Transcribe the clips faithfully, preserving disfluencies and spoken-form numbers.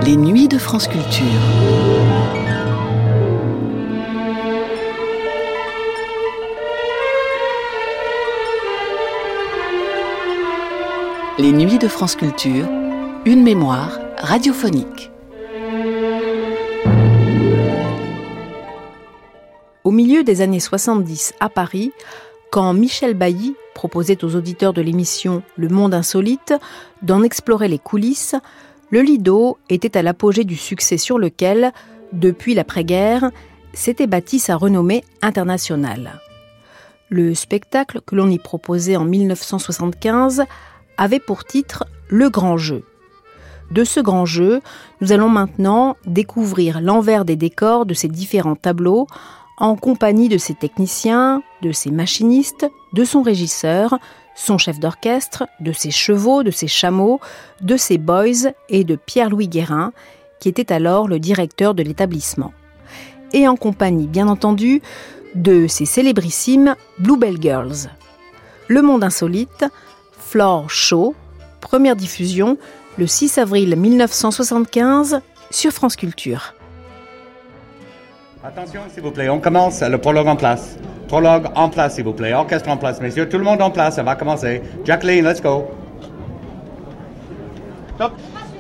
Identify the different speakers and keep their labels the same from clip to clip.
Speaker 1: Les nuits de France Culture. Les nuits de France Culture, une mémoire radiophonique. Au milieu des années soixante-dix à Paris, quand Michel Bailly proposait aux auditeurs de l'émission Le Monde Insolite d'en explorer les coulisses, le Lido était à l'apogée du succès sur lequel, depuis l'après-guerre, s'était bâtie sa renommée internationale. Le spectacle que l'on y proposait en mille neuf cent soixante-quinze avait pour titre « Le Grand Jeu ». De ce grand jeu, nous allons maintenant découvrir l'envers des décors de ces différents tableaux en compagnie de ses techniciens, de ses machinistes, de son régisseur, son chef d'orchestre, de ses chevaux, de ses chameaux, de ses boys et de Pierre-Louis Guérin, qui était alors le directeur de l'établissement. Et en compagnie, bien entendu, de ses célébrissimes Bluebell Girls. Le Monde Insolite, Floor Show, première diffusion le six avril mille neuf cent soixante-quinze sur France Culture.
Speaker 2: Attention, s'il vous plaît, on commence le prologue en place. Prologue en place, s'il vous plaît. Orchestre en place, messieurs. Tout le monde en place, ça va commencer. Jacqueline, let's go. Stop.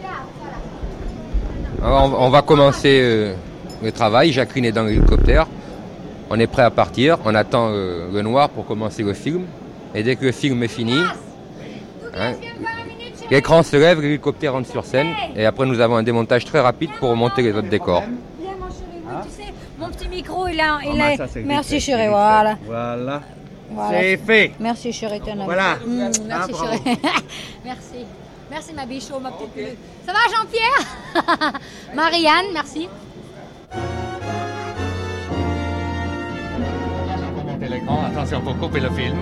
Speaker 3: Alors, on va commencer euh, le travail. Jacqueline est dans l'hélicoptère. On est prêt à partir. On attend euh, le noir pour commencer le film. Et dès que le film est fini, hein, l'écran se lève, l'hélicoptère rentre sur scène. Et après, nous avons un démontage très rapide pour monter les autres décors.
Speaker 4: Mon petit micro, il a... Il
Speaker 2: Oh,
Speaker 4: a...
Speaker 2: ça, c'est
Speaker 4: Merci
Speaker 2: vite,
Speaker 4: chérie,
Speaker 2: c'est
Speaker 4: voilà.
Speaker 2: Voilà.
Speaker 4: Voilà.
Speaker 2: C'est fait.
Speaker 4: Merci chérie, ton ami.
Speaker 2: Voilà.
Speaker 4: Mmh, merci
Speaker 2: Ah,
Speaker 4: chérie. Merci. Merci ma bichot, ma petite okay. Ça va Jean-Pierre? Marianne, merci.
Speaker 2: Attention pour monter l'écran, attention pour couper le film.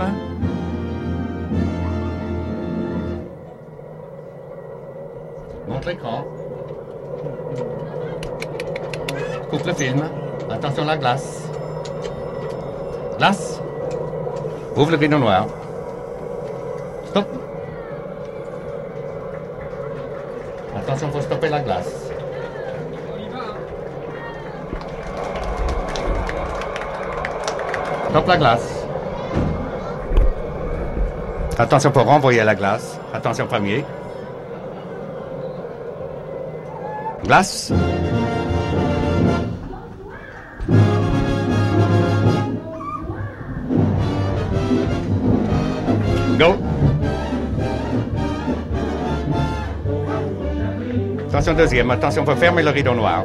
Speaker 2: Monte l'écran. Coupe le film. Attention la glace. Glace. Ouvre le rideau noir. Stop. Attention, il faut stopper la glace. Stop la glace. Attention pour renvoyer la glace. Attention premier. Glace. Go. Attention deuxième, attention, il faut fermer le rideau noir.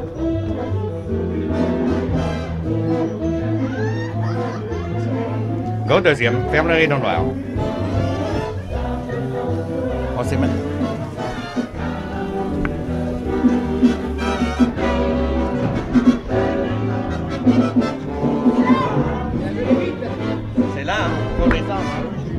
Speaker 2: Go deuxième, ferme le rideau noir. On s'est mis. C'est là, hein, pour les temps.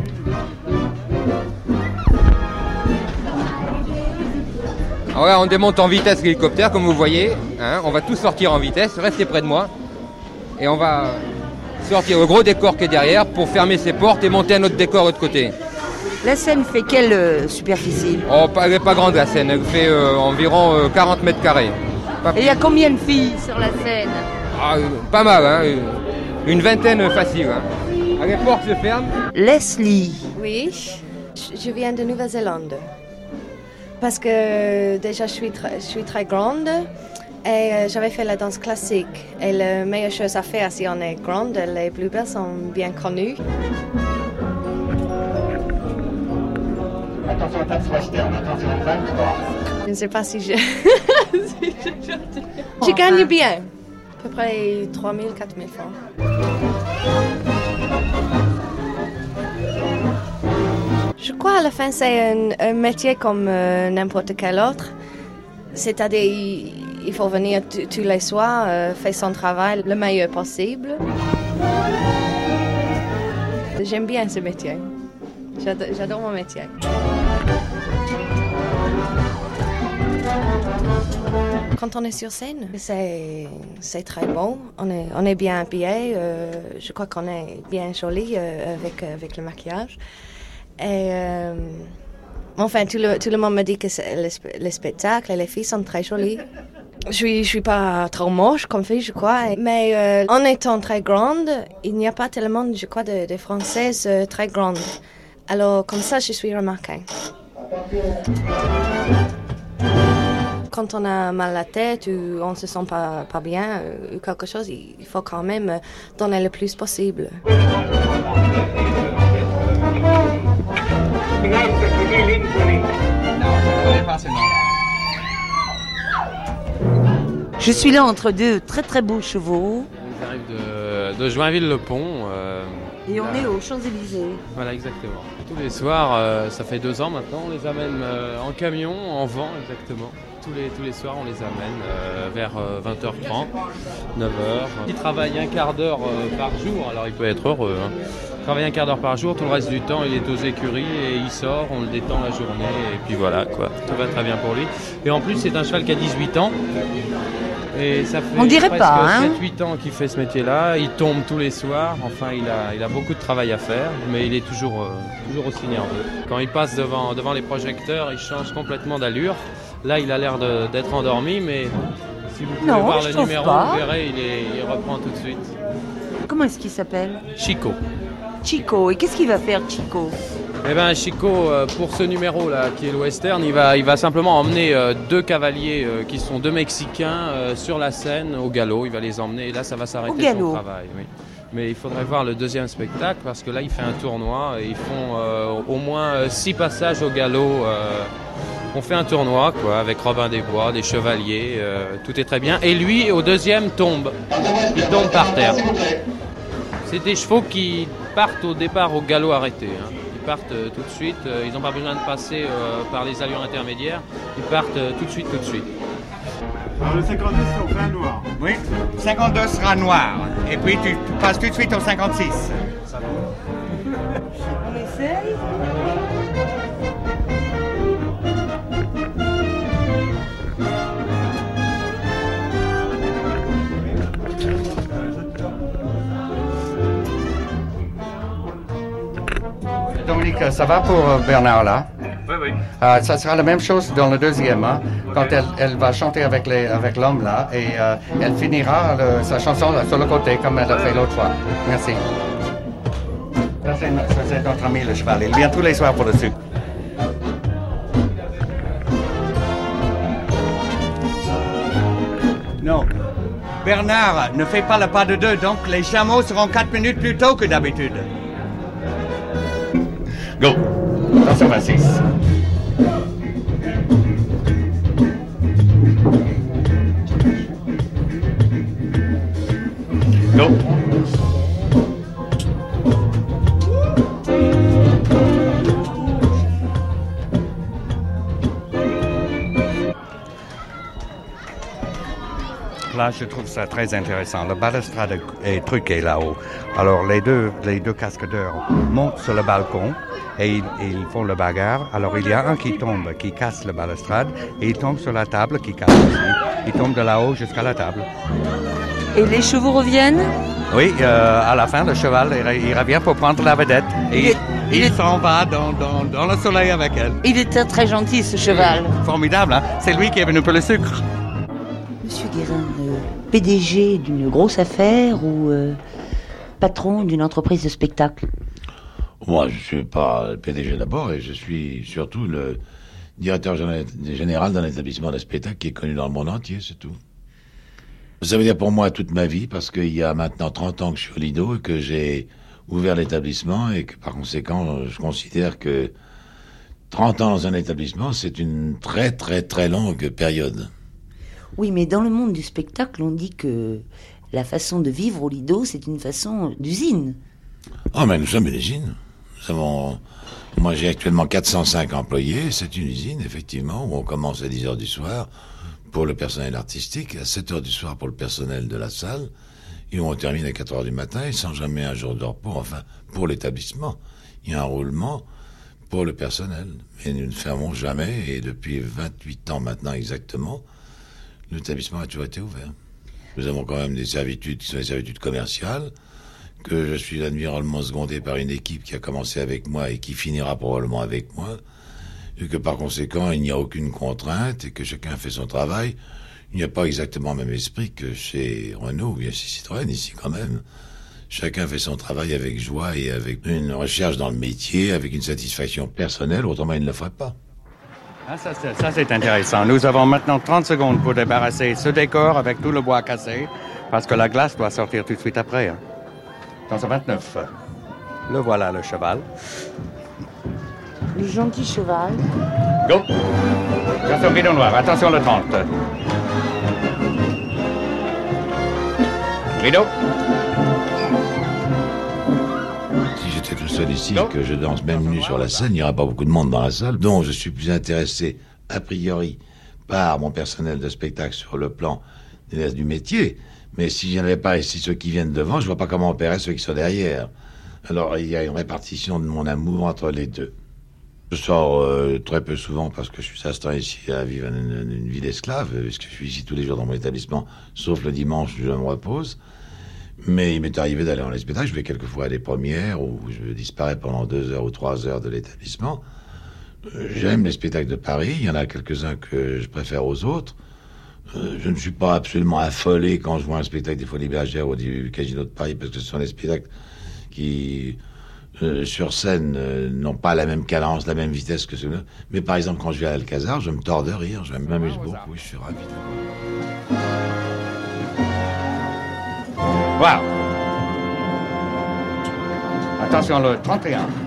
Speaker 3: Alors là, on démonte en vitesse l'hélicoptère, comme vous voyez. Hein, on va tous sortir en vitesse, restez près de moi. Et on va sortir le gros décor qui est derrière pour fermer ses portes et monter un autre décor de l'autre côté.
Speaker 5: La scène fait quelle euh, superficie?
Speaker 3: Oh, elle n'est pas grande la scène, elle fait euh, environ euh, quarante mètres carrés. Pas...
Speaker 5: Et il y a combien de filles sur la scène?
Speaker 3: Ah, euh, Pas mal, hein, une vingtaine facile. Hein. Ah, les portes se ferment.
Speaker 5: Leslie.
Speaker 6: Oui, je viens de Nouvelle-Zélande. Parce que déjà je suis, tr- je suis très grande et euh, j'avais fait la danse classique. Et la meilleure chose à faire si on est grande, les Bluebells sont bien connus.
Speaker 2: Attention, taxe western, attention, vingt-trois.
Speaker 6: Je ne sais pas si je... si je... je gagne bien. À peu près trois mille, quatre mille francs. Je crois à la fin c'est un, un métier comme euh, n'importe quel autre. C'est-à-dire il, il faut venir t- tous les soirs, euh, faire son travail le meilleur possible. J'aime bien ce métier. J'adore, j'adore mon métier. Quand on est sur scène, c'est, c'est très bon. On est, on est bien habillé. Euh, je crois qu'on est bien joli euh, avec, avec le maquillage. Et euh, Enfin, tout le, tout le monde me dit que c'est le, sp- le spectacle et les filles sont très jolies. Je suis, je suis pas trop moche comme fille, je crois. Mais euh, en étant très grande, il n'y a pas tellement, je crois, de, de Françaises euh, très grandes. Alors, comme ça, je suis remarquée. Quand on a mal à la tête ou on se sent pas, pas bien ou quelque chose, il faut quand même donner le plus possible.
Speaker 5: Je suis là entre deux très très beaux chevaux.
Speaker 7: Ils arrivent de, de Joinville-le-Pont. Euh,
Speaker 5: Et on
Speaker 7: là.
Speaker 5: est aux Champs-Élysées.
Speaker 7: Voilà, exactement. Tous les soirs, euh, ça fait deux ans maintenant, on les amène euh, en camion, en vent, exactement. Tous les, tous les soirs, on les amène euh, vers euh, vingt heures trente, neuf heures. Il travaille un quart d'heure euh, par jour, alors il peut être heureux. Hein. Il travaille un quart d'heure par jour, tout le reste du temps, il est aux écuries et il sort, on le détend la journée et puis voilà, quoi. Tout va très bien pour lui. Et en plus, c'est un cheval qui a dix-huit ans. Et ça fait
Speaker 5: On dirait
Speaker 7: presque
Speaker 5: pas, hein.
Speaker 7: sept huit ans qu'il fait ce métier-là. Il tombe tous les soirs. Enfin, il a, il a beaucoup de travail à faire, mais il est toujours, euh, toujours aussi nerveux. Quand il passe devant, devant les projecteurs, il change complètement d'allure. Là, il a l'air de, d'être endormi, mais si vous pouvez
Speaker 5: Non,
Speaker 7: voir
Speaker 5: je
Speaker 7: le
Speaker 5: trouve
Speaker 7: numéro,
Speaker 5: pas.
Speaker 7: vous verrez, il, est, il reprend tout de suite.
Speaker 5: Comment est-ce qu'il s'appelle?
Speaker 7: Chico.
Speaker 5: Chico. Et qu'est-ce qu'il va faire, Chico?
Speaker 7: Eh bien, Chico, euh, pour ce numéro-là, qui est le western, il va, il va simplement emmener euh, deux cavaliers euh, qui sont deux Mexicains euh, sur la scène au galop. Il va les emmener et là, ça va s'arrêter son travail. Oui. Mais il faudrait voir le deuxième spectacle parce que là, il fait un tournoi et ils font euh, au moins euh, six passages au galop. Euh, on fait un tournoi, quoi, avec Robin des Bois, des chevaliers, euh, tout est très bien. Et lui, au deuxième, tombe. Il tombe par terre. C'est des chevaux qui partent au départ au galop arrêté. Hein. Ils partent euh, tout de suite, euh, ils n'ont pas besoin de passer euh, par les allures intermédiaires, ils partent euh, tout de suite, tout de suite.
Speaker 8: Alors le cinquante-deux sera au fin noir.
Speaker 2: Oui, cinquante-deux sera noir. Et puis tu passes tout de suite au cinquante-six.
Speaker 5: On essaye.
Speaker 2: Dominique, ça va pour euh, Bernard là?
Speaker 8: Oui, oui.
Speaker 2: Euh, ça sera la même chose dans le deuxième, hein, quand elle, elle va chanter avec, les, avec l'homme là, et euh, elle finira le- sa chanson là, sur le côté comme elle a fait l'autre fois. Merci. Ça c'est, ça, c'est notre ami le cheval, il vient tous les soirs pour le sucre. Non. Bernard ne fait pas le pas de deux, donc les chameaux seront quatre minutes plus tôt que d'habitude. Go. Attention, vingt-six. Go. Là, je trouve ça très intéressant. Le balustrade est truqué là-haut. Alors, les deux, les deux cascadeurs montent sur le balcon et ils, ils font le bagarre. Alors, il y a un qui tombe, qui casse le balustrade et il tombe sur la table, qui casse aussi. Il tombe de là-haut jusqu'à la table.
Speaker 5: Et les chevaux reviennent?
Speaker 2: Oui, euh, à la fin, le cheval, il, il revient pour prendre la vedette. Et
Speaker 5: Il
Speaker 2: il,
Speaker 5: est-
Speaker 2: il
Speaker 5: il est-
Speaker 2: s'en va dans, dans, dans le soleil avec elle.
Speaker 5: Il était très gentil, ce cheval.
Speaker 2: Formidable, hein? C'est lui qui est venu pour le sucre.
Speaker 5: Monsieur Guérin, euh, P D G d'une grosse affaire ou euh, patron d'une entreprise de spectacle?
Speaker 9: Moi, je ne suis pas le P D G d'abord et je suis surtout le directeur général d'un établissement de spectacle qui est connu dans le monde entier, c'est tout. Ça veut dire pour moi toute ma vie parce qu'il y a maintenant trente ans que je suis au Lido et que j'ai ouvert l'établissement et que par conséquent, je considère que trente ans dans un établissement, c'est une très très très longue période.
Speaker 5: Oui, mais dans le monde du spectacle, on dit que la façon de vivre au Lido, c'est une façon d'usine.
Speaker 9: Oh, mais nous sommes une usine. Nous avons... Moi, j'ai actuellement quatre cent cinq employés. C'est une usine, effectivement, où on commence à dix heures du soir pour le personnel artistique, à sept heures du soir pour le personnel de la salle, et où on termine à quatre heures du matin, et sans jamais un jour de repos, enfin, pour l'établissement. Il y a un roulement pour le personnel. Mais nous ne fermons jamais, et depuis vingt-huit ans maintenant exactement, l'établissement a toujours été ouvert. Nous avons quand même des servitudes qui sont des servitudes commerciales, que je suis admirablement secondé par une équipe qui a commencé avec moi et qui finira probablement avec moi. et que par conséquent, il n'y a aucune contrainte et que chacun fait son travail. Il n'y a pas exactement le même esprit que chez Renault ou bien chez Citroën, ici quand même. Chacun fait son travail avec joie et avec une recherche dans le métier, avec une satisfaction personnelle, autrement il ne le ferait pas.
Speaker 2: Ah, ça, c'est, ça, c'est intéressant. Nous avons maintenant trente secondes pour débarrasser ce décor avec tout le bois cassé, parce que la glace doit sortir tout de suite après. Hein. Dans ce vingt-neuf. Le voilà, le cheval.
Speaker 5: Le gentil cheval.
Speaker 2: Go! Attention, rideau noir. Attention, le trente. Rideau.
Speaker 9: Si j'étais tout seul ici, Go. Que je danse même nu sur la scène, il n'y aura pas beaucoup de monde dans la salle. Donc, je suis plus intéressé, a priori, par mon personnel de spectacle sur le plan du métier. Mais si je n'avais pas ici ceux qui viennent devant, je ne vois pas comment opérer ceux qui sont derrière. Alors, il y a une répartition de mon amour entre les deux. Je sors euh, très peu souvent parce que je suis instant ici à vivre une, une vie d'esclave, puisque je suis ici tous les jours dans mon établissement, sauf le dimanche où je me repose. Mais il m'est arrivé d'aller dans les spectacles. Je vais quelquefois à des premières où je disparais pendant deux heures ou trois heures de l'établissement. J'aime les spectacles de Paris. Il y en a quelques-uns que je préfère aux autres. Euh, je ne suis pas absolument affolé quand je vois un spectacle des Folies Bergères ou du Casino de Paris, parce que ce sont des spectacles qui, euh, sur scène, euh, n'ont pas la même cadence, la même vitesse que ceux-là. Mais par exemple, quand je vais à l'Alcazar, je me tords de rire, je m'amuse beaucoup, oui, je suis ravi.
Speaker 2: Wow! Attention, le trente et un.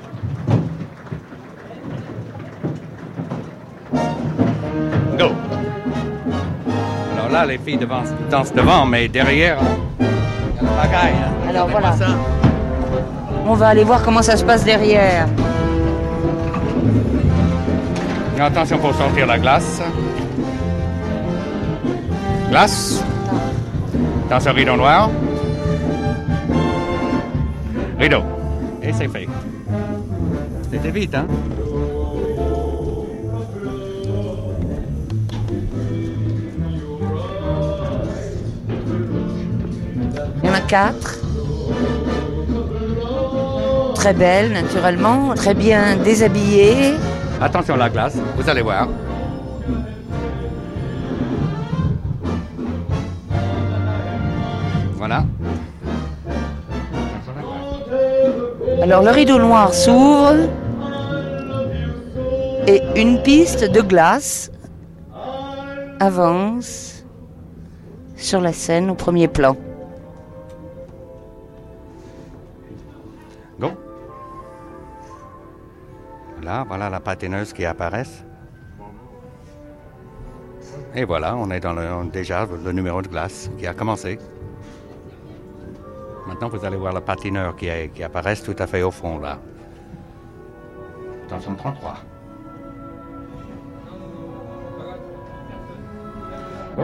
Speaker 2: Go! Alors là, les filles devant, dansent devant, mais derrière, il y a la bagaille. Hein.
Speaker 5: Alors voilà. On va aller voir comment ça se passe derrière.
Speaker 2: Attention pour sortir la glace. Glace. Attention, rideau noir. Rideau. Et c'est fait. C'était vite, hein?
Speaker 5: Il y en a quatre. Très belle, naturellement. Très bien déshabillée.
Speaker 2: Attention à la glace, vous allez voir. Voilà.
Speaker 5: Alors le rideau noir s'ouvre et une piste de glace avance sur la scène au premier plan.
Speaker 2: Go. Là, voilà la patineuse qui apparaît. Et voilà, on est dans le, déjà le numéro de glace qui a commencé. Maintenant, vous allez voir le patineur qui, est, qui apparaît tout à fait au fond, là. Attention, trente-trois. Bon.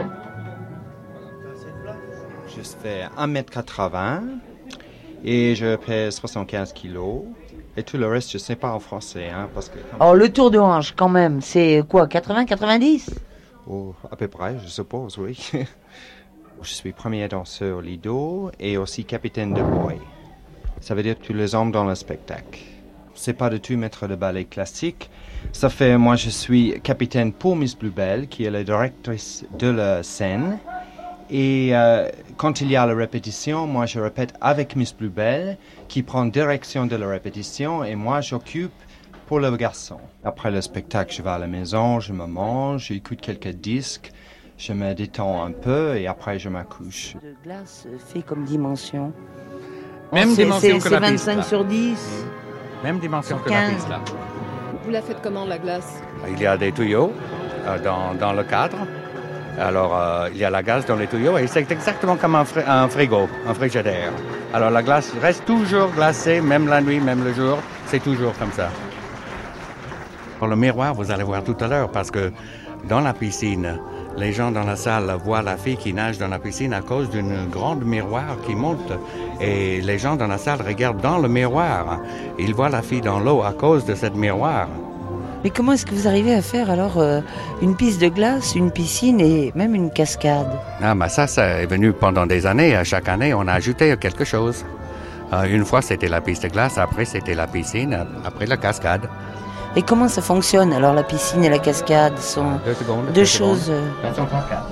Speaker 10: Je fais un mètre quatre-vingts et je pèse soixante-quinze kilos. Et tout le reste, je ne sais pas en français. Hein, parce que...
Speaker 5: Alors, le tour de hanche, quand même, c'est quoi, quatre-vingts, quatre-vingt-dix?
Speaker 10: Oh, à peu près, je suppose, oui. Je suis premier danseur Lido et aussi capitaine de boy. Ça veut dire tous les hommes dans le spectacle. C'est pas du tout maître de ballet classique. Ça fait, moi, je suis capitaine pour Miss Bluebell, qui est la directrice de la scène. Et euh, quand il y a la répétition, moi, je répète avec Miss Bluebell, qui prend direction de la répétition, et moi, j'occupe pour le garçon. Après le spectacle, je vais à la maison, je me mange, j'écoute quelques disques. Je me détends un peu et après je m'accouche.
Speaker 5: De glace fait comme dimension.
Speaker 2: Même
Speaker 5: c'est,
Speaker 2: dimension
Speaker 5: c'est,
Speaker 2: que la
Speaker 5: c'est
Speaker 2: piste.
Speaker 5: vingt-cinq sur dix.
Speaker 2: Mmh. Même dimension que la piste là.
Speaker 11: Vous la faites comment la glace?
Speaker 2: Il y a des tuyaux euh, dans, dans le cadre. Alors euh, il y a la glace dans les tuyaux et c'est exactement comme un, fri- un frigo, un frigidaire. Alors la glace reste toujours glacée, même la nuit, même le jour. C'est toujours comme ça. Pour le miroir, vous allez voir tout à l'heure parce que dans la piscine, les gens dans la salle voient la fille qui nage dans la piscine à cause d'une grande miroir qui monte. Et les gens dans la salle regardent dans le miroir. Ils voient la fille dans l'eau à cause de cette miroir.
Speaker 5: Mais comment est-ce que vous arrivez à faire alors euh, une piste de glace, une piscine et même une cascade?
Speaker 2: Ah, ben ça, ça est venu pendant des années. Chaque année, on a ajouté quelque chose. Euh, une fois, c'était la piste de glace. Après, c'était la piscine. Après, la cascade.
Speaker 5: Et comment ça fonctionne? Alors la piscine et la cascade sont
Speaker 2: deux, secondes,
Speaker 5: deux,
Speaker 2: deux
Speaker 5: choses...
Speaker 2: secondes.
Speaker 5: euh,
Speaker 2: Attention, trente-quatre.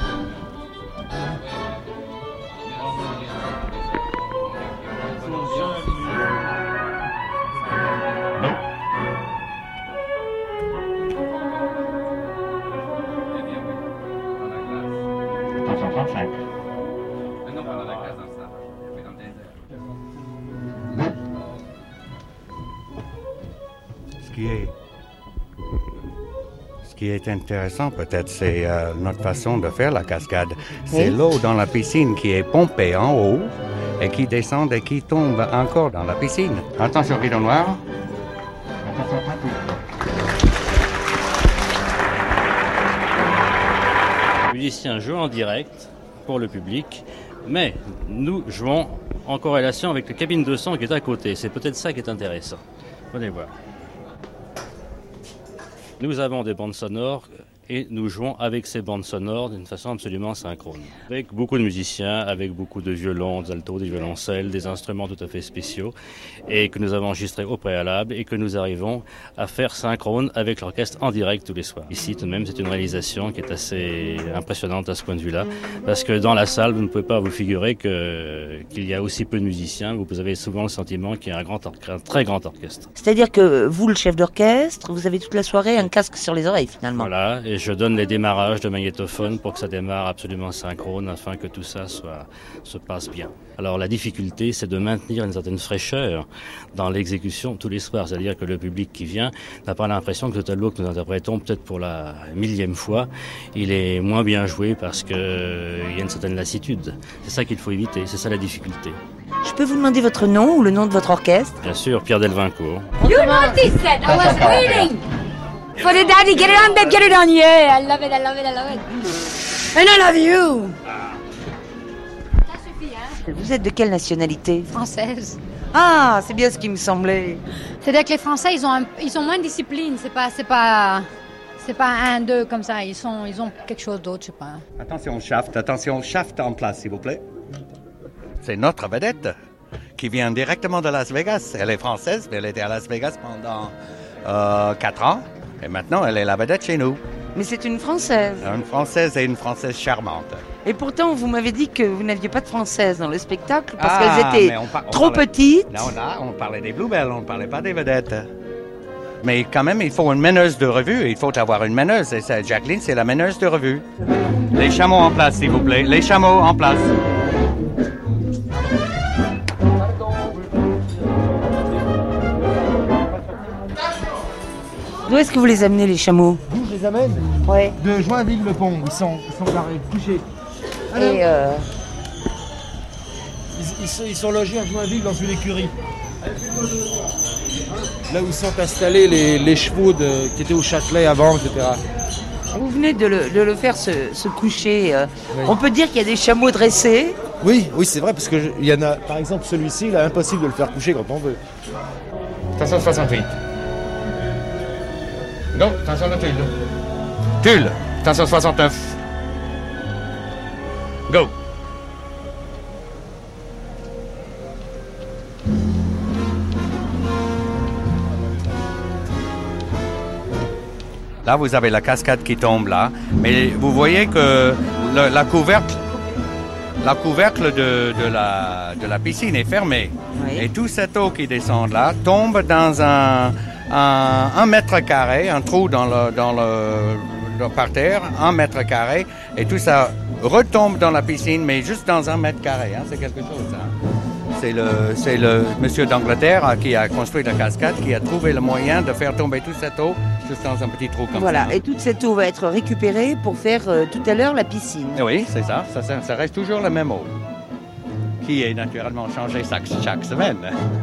Speaker 2: Attention, trente-cinq. Ce qui est, ce qui est intéressant peut-être, c'est euh, notre façon de faire la cascade. C'est
Speaker 5: Oui.
Speaker 2: l'eau dans la piscine qui est pompée en haut et qui descend et qui tombe encore dans la piscine. Attention, rideau noir. Attention, partout.
Speaker 12: Les musiciens jouent en direct pour le public, mais nous jouons en corrélation avec la cabine de son qui est à côté. C'est peut-être ça qui est intéressant. Venez voir. Nous avons des bandes sonores et nous jouons avec ces bandes sonores d'une façon absolument synchrone. Avec beaucoup de musiciens, avec beaucoup de violons, des altos, des violoncelles, des instruments tout à fait spéciaux et que nous avons enregistrés au préalable et que nous arrivons à faire synchrone avec l'orchestre en direct tous les soirs. Ici, tout de même, c'est une réalisation qui est assez impressionnante à ce point de vue-là parce que dans la salle, vous ne pouvez pas vous figurer que, qu'il y a aussi peu de musiciens. Vous avez souvent le sentiment qu'il y a un, grand or- un très grand orchestre.
Speaker 5: C'est-à-dire que vous, le chef d'orchestre, vous avez toute la soirée un casque sur les oreilles finalement.
Speaker 12: Voilà, et je donne les démarrages de magnétophone pour que ça démarre absolument synchrone afin que tout ça soit, se passe bien. Alors la difficulté, c'est de maintenir une certaine fraîcheur dans l'exécution tous les soirs. C'est-à-dire que le public qui vient n'a pas l'impression que le tableau que nous interprétons peut-être pour la millième fois, il est moins bien joué parce qu'il y a une certaine lassitude. C'est ça qu'il faut éviter, c'est ça la difficulté.
Speaker 5: Je peux vous demander votre nom ou le nom de votre orchestre?
Speaker 12: Bien sûr, Pierre Delvincourt.
Speaker 4: You noticed it. I was waiting for the daddy. Get it on, babe. Get it on. Yeah, I love it. I love it. I love it. And I love you. Ça suffit, hein?
Speaker 5: Vous êtes de quelle nationalité?
Speaker 4: Française.
Speaker 5: Ah, c'est bien ce qui me semblait.
Speaker 4: C'est-à-dire que les Français, ils ont, un- ils ont moins de discipline. C'est pas, c'est pas, c'est pas un, deux comme ça. Ils sont, ils ont quelque chose d'autre, je sais pas.
Speaker 2: Attention, shaft, attention, shaft en place, s'il vous plaît. C'est notre vedette qui vient directement de Las Vegas. Elle est française, mais elle était à Las Vegas pendant euh, quatre ans. Et maintenant, elle est la vedette chez nous.
Speaker 5: Mais c'est une Française.
Speaker 2: Une Française et une Française charmante.
Speaker 5: Et pourtant, vous m'avez dit que vous n'aviez pas de Françaises dans le spectacle parce
Speaker 2: Ah,
Speaker 5: qu'elles étaient
Speaker 2: mais on par- on
Speaker 5: trop
Speaker 2: parlait-
Speaker 5: petites.
Speaker 2: Non, là, on parlait des Bluebells, on ne parlait pas des vedettes. Mais quand même, il faut une meneuse de revue. Il faut avoir une meneuse. Et ça, Jacqueline, c'est la meneuse de revue. Les chameaux en place, s'il vous plaît. Les chameaux en place.
Speaker 5: D'où est-ce que vous les amenez, les chameaux?
Speaker 13: D'où je les amène?
Speaker 5: Ouais.
Speaker 13: De Joinville-le-Pont, ils sont, ils sont barrés, couchés. Alors,
Speaker 5: Et euh,
Speaker 13: ils, ils sont, ils sont logés à Joinville dans une écurie. Là où sont installés les, les chevaux de, qui étaient au Châtelet avant, et cetera.
Speaker 5: vous venez de le, de le faire se, se coucher. euh,
Speaker 13: Oui.
Speaker 5: On peut dire qu'il y a des chameaux dressés.
Speaker 13: Oui, oui, c'est vrai, parce que je- il y en a, par exemple, celui-ci, il est impossible de le faire coucher quand on veut.
Speaker 2: Attention soixante-huit. Non, attention le tulle. Tulle. Attention soixante-neuf. Go. Là, vous avez la cascade qui tombe là. Mais vous voyez que le- la couvercle, la couvercle de, de la, de la piscine est fermée.
Speaker 5: Oui.
Speaker 2: Et toute cette eau qui descend là tombe dans un, un, un mètre carré, un trou dans le, dans le, le parterre, un mètre carré. Et tout ça retombe dans la piscine, mais juste dans un mètre carré. Hein, c'est quelque chose. Hein. C'est le, c'est le monsieur d'Angleterre hein, qui a construit la cascade, qui a trouvé le moyen de faire tomber toute cette eau juste dans un petit trou comme
Speaker 5: Voilà,
Speaker 2: ça.
Speaker 5: et toute cette eau va être récupérée pour faire euh, tout à l'heure la piscine.
Speaker 2: Et oui, c'est ça. Ça, ça. ça reste toujours la même eau, qui est naturellement changée chaque, chaque semaine.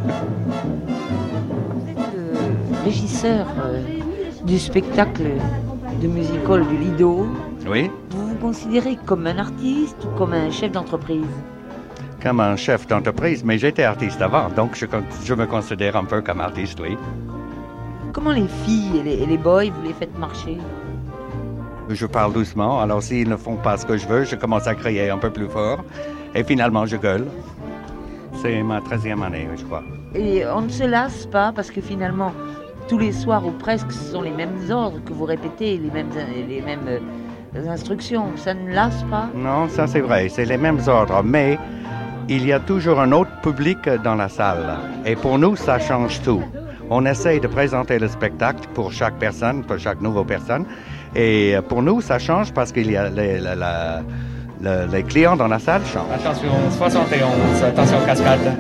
Speaker 5: Le régisseur euh, du spectacle de musical du Lido,
Speaker 2: Oui,
Speaker 5: vous vous considérez comme un artiste ou comme un chef d'entreprise?
Speaker 2: comme un chef d'entreprise, mais j'étais artiste avant, donc je, con- je me considère un peu comme artiste, oui.
Speaker 5: Comment les filles et les, et les boys, vous les faites marcher?
Speaker 2: Je parle doucement, alors s'ils ne font pas ce que je veux, je commence à crier un peu plus fort, et finalement je gueule. C'est ma treizième année, je crois.
Speaker 5: Et on ne se lasse pas parce que finalement, tous les soirs ou presque, ce sont les mêmes ordres que vous répétez, les mêmes, les mêmes euh, instructions. Ça ne lasse pas?
Speaker 2: Non, ça c'est vrai, c'est les mêmes ordres, mais il y a toujours un autre public dans la salle. Et pour nous, ça change tout. On essaye de présenter le spectacle pour chaque personne, pour chaque nouvelle personne. Et pour nous, ça change parce qu'il y a les, la, la, la, les clients dans la salle changent.
Speaker 14: Attention, soixante et onze, attention cascade.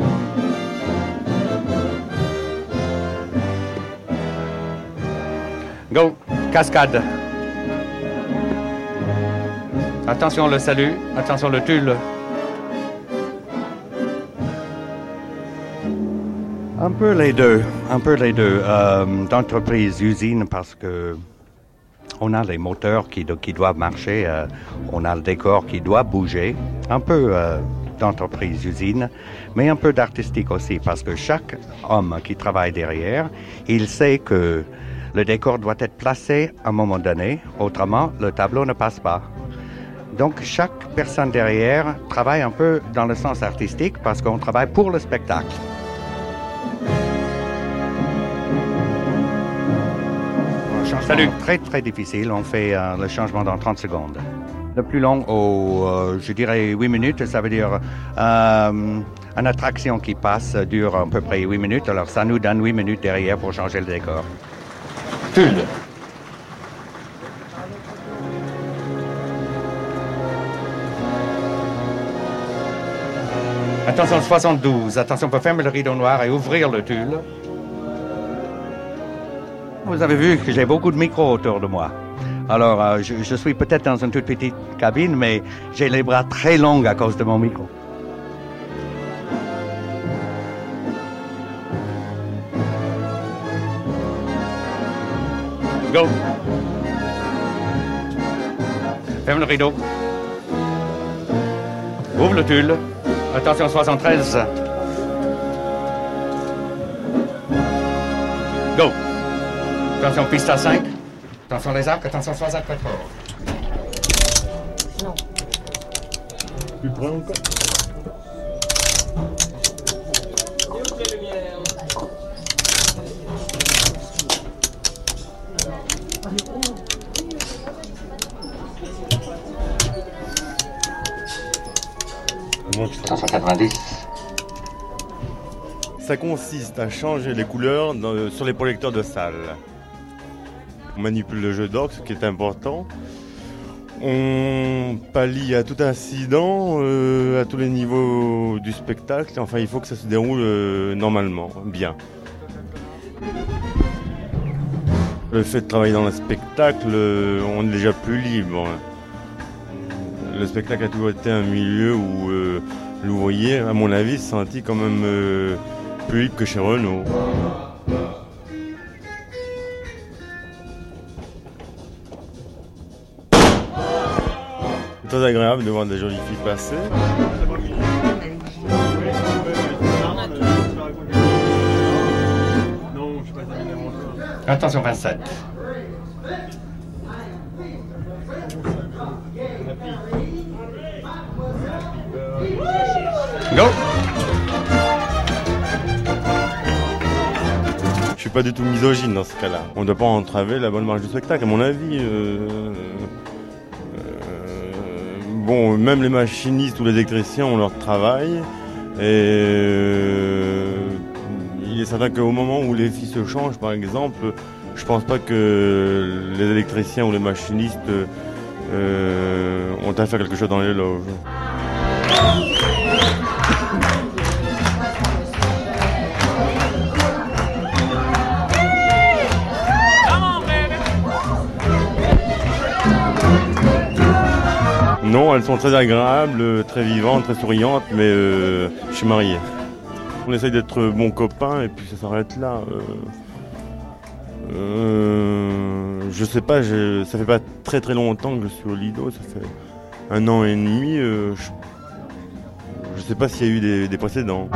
Speaker 2: Go, cascade. Attention le salut, attention le tulle. Un peu les deux, un peu les deux. Euh, d'entreprise, usine, parce que on a les moteurs qui, qui doivent marcher, euh, on a le décor qui doit bouger. Un peu euh, d'entreprise, usine, mais un peu d'artistique aussi, parce que chaque homme qui travaille derrière, il sait que le décor doit être placé à un moment donné, autrement le tableau ne passe pas. Donc chaque personne derrière travaille un peu dans le sens artistique parce qu'on travaille pour le spectacle. Salut. Très très difficile, on fait euh, le changement dans trente secondes. Le plus long, au, euh, je dirais huit minutes, ça veut dire euh, une attraction qui passe dure à peu près huit minutes, alors ça nous donne huit minutes derrière pour changer le décor. Tulle. Attention, soixante-douze. Attention, on peut fermer le rideau noir et ouvrir le tulle. Vous avez vu que j'ai beaucoup de micros autour de moi. Alors, euh, je, je suis peut-être dans une toute petite cabine, mais j'ai les bras très longs à cause de mon micro. Go. Ferme le rideau. Ouvre le tulle. Attention, soixante-treize. Go. Attention, piste à cinq. Attention les arcs, attention soixante-quatre.
Speaker 5: Non.
Speaker 8: Plus près encore.
Speaker 2: Attention quatre-vingt-dix.
Speaker 13: Ça consiste à changer les couleurs dans, sur les projecteurs de salle. On manipule le jeu d'orgue, ce qui est important. On pallie à tout incident, euh, à tous les niveaux du spectacle. Enfin, il faut que ça se déroule euh, normalement, bien. Le fait de travailler dans le spectacle, euh, on est déjà plus libre. Le spectacle a toujours été un milieu où euh, l'ouvrier, à mon avis, se sentit quand même euh, plus libre que chez Renault. C'est très agréable de voir des jolies filles passer.
Speaker 2: Attention, vingt-sept. Go.
Speaker 13: Je suis pas du tout misogyne dans ce cas-là. On ne doit pas entraver la bonne marche du spectacle, à mon avis. Euh, euh, bon, même les machinistes ou les électriciens ont leur travail. Et euh, il est certain qu'au moment où les filles se changent, par exemple, je pense pas que les électriciens ou les machinistes euh, ont à faire quelque chose dans les loges. Non, elles sont très agréables, très vivantes, très souriantes, mais euh, je suis marié. On essaye d'être bons copains et puis ça s'arrête là. Euh, euh, je sais pas, je, ça fait pas très très longtemps que je suis au Lido, ça fait un an et demi. Euh, je, je sais pas s'il y a eu des, des précédents.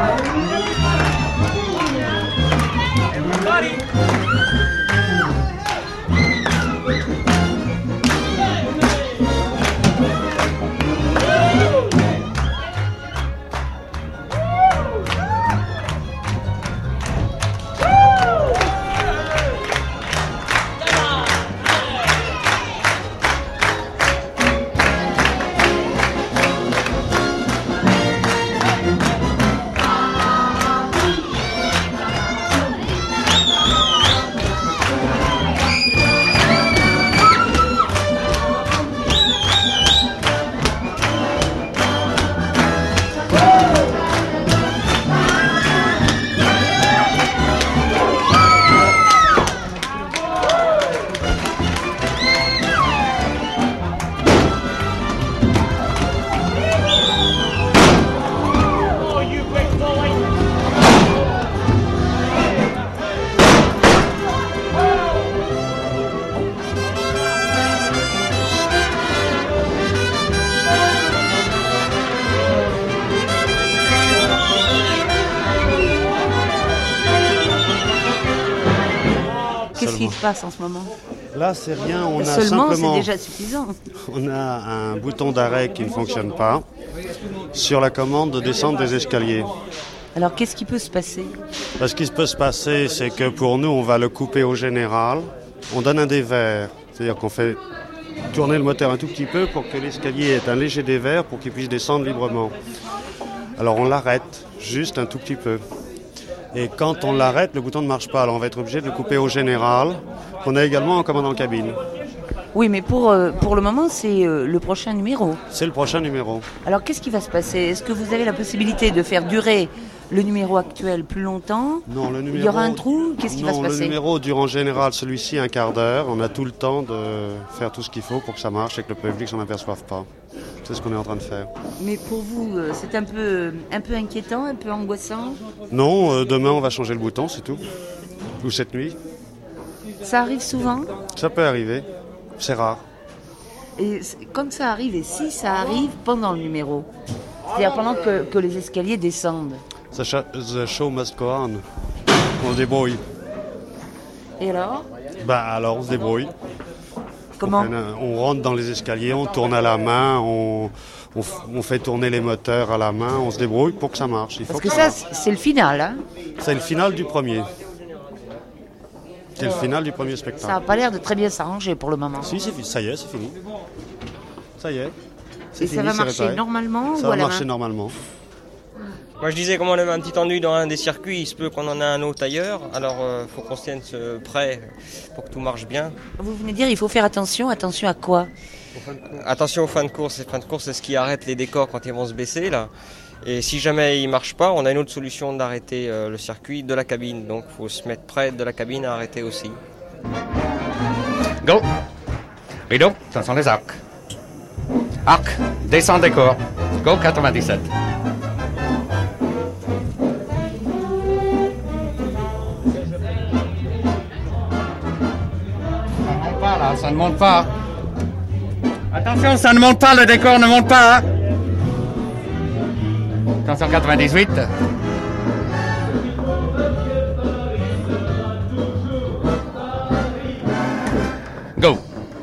Speaker 5: se passe en ce moment?
Speaker 15: Là, c'est rien. On a
Speaker 5: Seulement,
Speaker 15: simplement,
Speaker 5: c'est déjà suffisant.
Speaker 15: On a un bouton d'arrêt qui ne fonctionne pas sur la commande de descente des escaliers.
Speaker 5: Alors, qu'est-ce qui peut se passer?
Speaker 15: Ce qui peut se passer, c'est que pour nous, on va le couper au général. On donne un dévers, c'est-à-dire qu'on fait tourner le moteur un tout petit peu pour que l'escalier ait un léger dévers pour qu'il puisse descendre librement. Alors, on l'arrête juste un tout petit peu. Et quand on l'arrête, le bouton ne marche pas. Alors, on va être obligé de le couper au général, qu'on a également en commande en cabine.
Speaker 5: Oui, mais pour, euh, pour le moment, c'est euh, le prochain numéro.
Speaker 15: C'est le prochain numéro.
Speaker 5: Alors, qu'est-ce qui va se passer? Est-ce que vous avez la possibilité de faire durer le numéro actuel plus longtemps?
Speaker 15: Non, le numéro...
Speaker 5: Il y aura un trou? Qu'est-ce qui
Speaker 15: non,
Speaker 5: va se passer?
Speaker 15: Le numéro dure en général, celui-ci, un quart d'heure. On a tout le temps de faire tout ce qu'il faut pour que ça marche et que le public s'en aperçoive pas. C'est ce qu'on est en train de faire.
Speaker 5: Mais pour vous, euh, c'est un peu, un peu inquiétant, un peu angoissant?
Speaker 15: Non, euh, demain, on va changer le bouton, c'est tout. Ou cette nuit.
Speaker 5: Ça arrive souvent?
Speaker 15: Ça peut arriver. C'est rare.
Speaker 5: Et comme ça arrive, et si ça arrive pendant le numéro, c'est-à-dire pendant que, que les escaliers descendent?
Speaker 15: The show, the show must go on. On se débrouille.
Speaker 5: Et alors?
Speaker 15: Bah alors on se débrouille.
Speaker 5: Comment?
Speaker 15: On, on rentre dans les escaliers, on tourne à la main, on, on, on fait tourner les moteurs à la main, on se débrouille pour que ça marche. Il faut
Speaker 5: Parce que,
Speaker 15: que
Speaker 5: ça,
Speaker 15: ça
Speaker 5: c'est le final, hein?
Speaker 15: C'est le final du premier. C'est le final du premier spectacle.
Speaker 5: Ça n'a pas l'air de très bien s'arranger pour le moment.
Speaker 15: Si, c'est, ça y est, c'est fini. Ça y est.
Speaker 5: Et ça va marcher normalement
Speaker 15: Ça
Speaker 5: ou
Speaker 15: va
Speaker 5: à la
Speaker 15: marcher
Speaker 5: main?
Speaker 15: normalement.
Speaker 14: Moi je disais, comme on a un petit ennui dans un des circuits, il se peut qu'on en ait un autre ailleurs, alors il euh, faut qu'on se tienne ce prêt pour que tout marche bien.
Speaker 5: Vous venez de dire il faut faire attention, attention à quoi?
Speaker 14: Attention aux fins de course, les fins de course c'est ce qui arrête les décors quand ils vont se baisser là. Et si jamais il ne marche pas, on a une autre solution d'arrêter euh, le circuit de la cabine, donc il faut se mettre près de la cabine à arrêter aussi.
Speaker 2: Go! Rideau, attention les arcs. Arc, descend décor. Go quatre-vingt-dix-sept. Là, ça ne monte pas. Attention, ça ne monte pas, le décor ne monte pas. Attention, quatre-vingt-dix-huit. Go.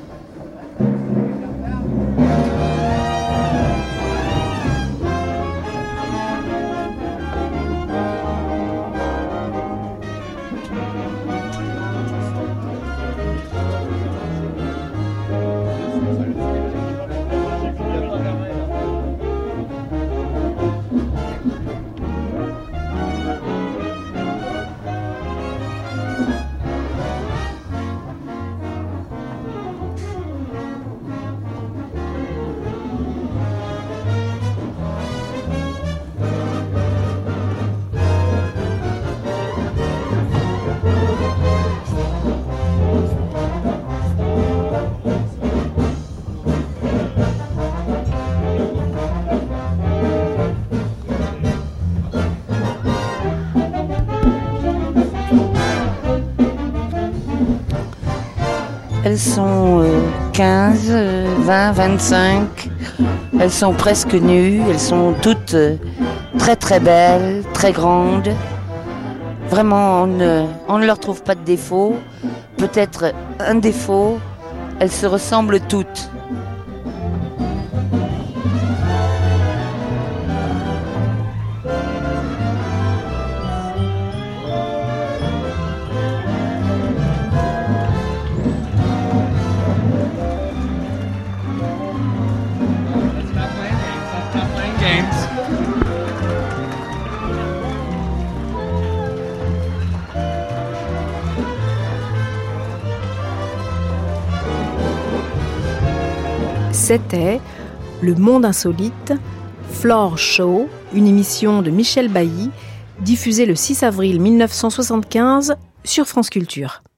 Speaker 5: Elles sont euh, quinze, vingt, vingt-cinq. Elles sont presque nues. Elles sont toutes euh, très très belles, très grandes. Vraiment, on ne, on ne leur trouve pas de défaut. Peut-être un défaut. Elles se ressemblent toutes.
Speaker 1: C'était Le Monde Insolite, Floor Show, une émission de Michel Bailly, diffusée le six avril mille neuf cent soixante-quinze sur France Culture.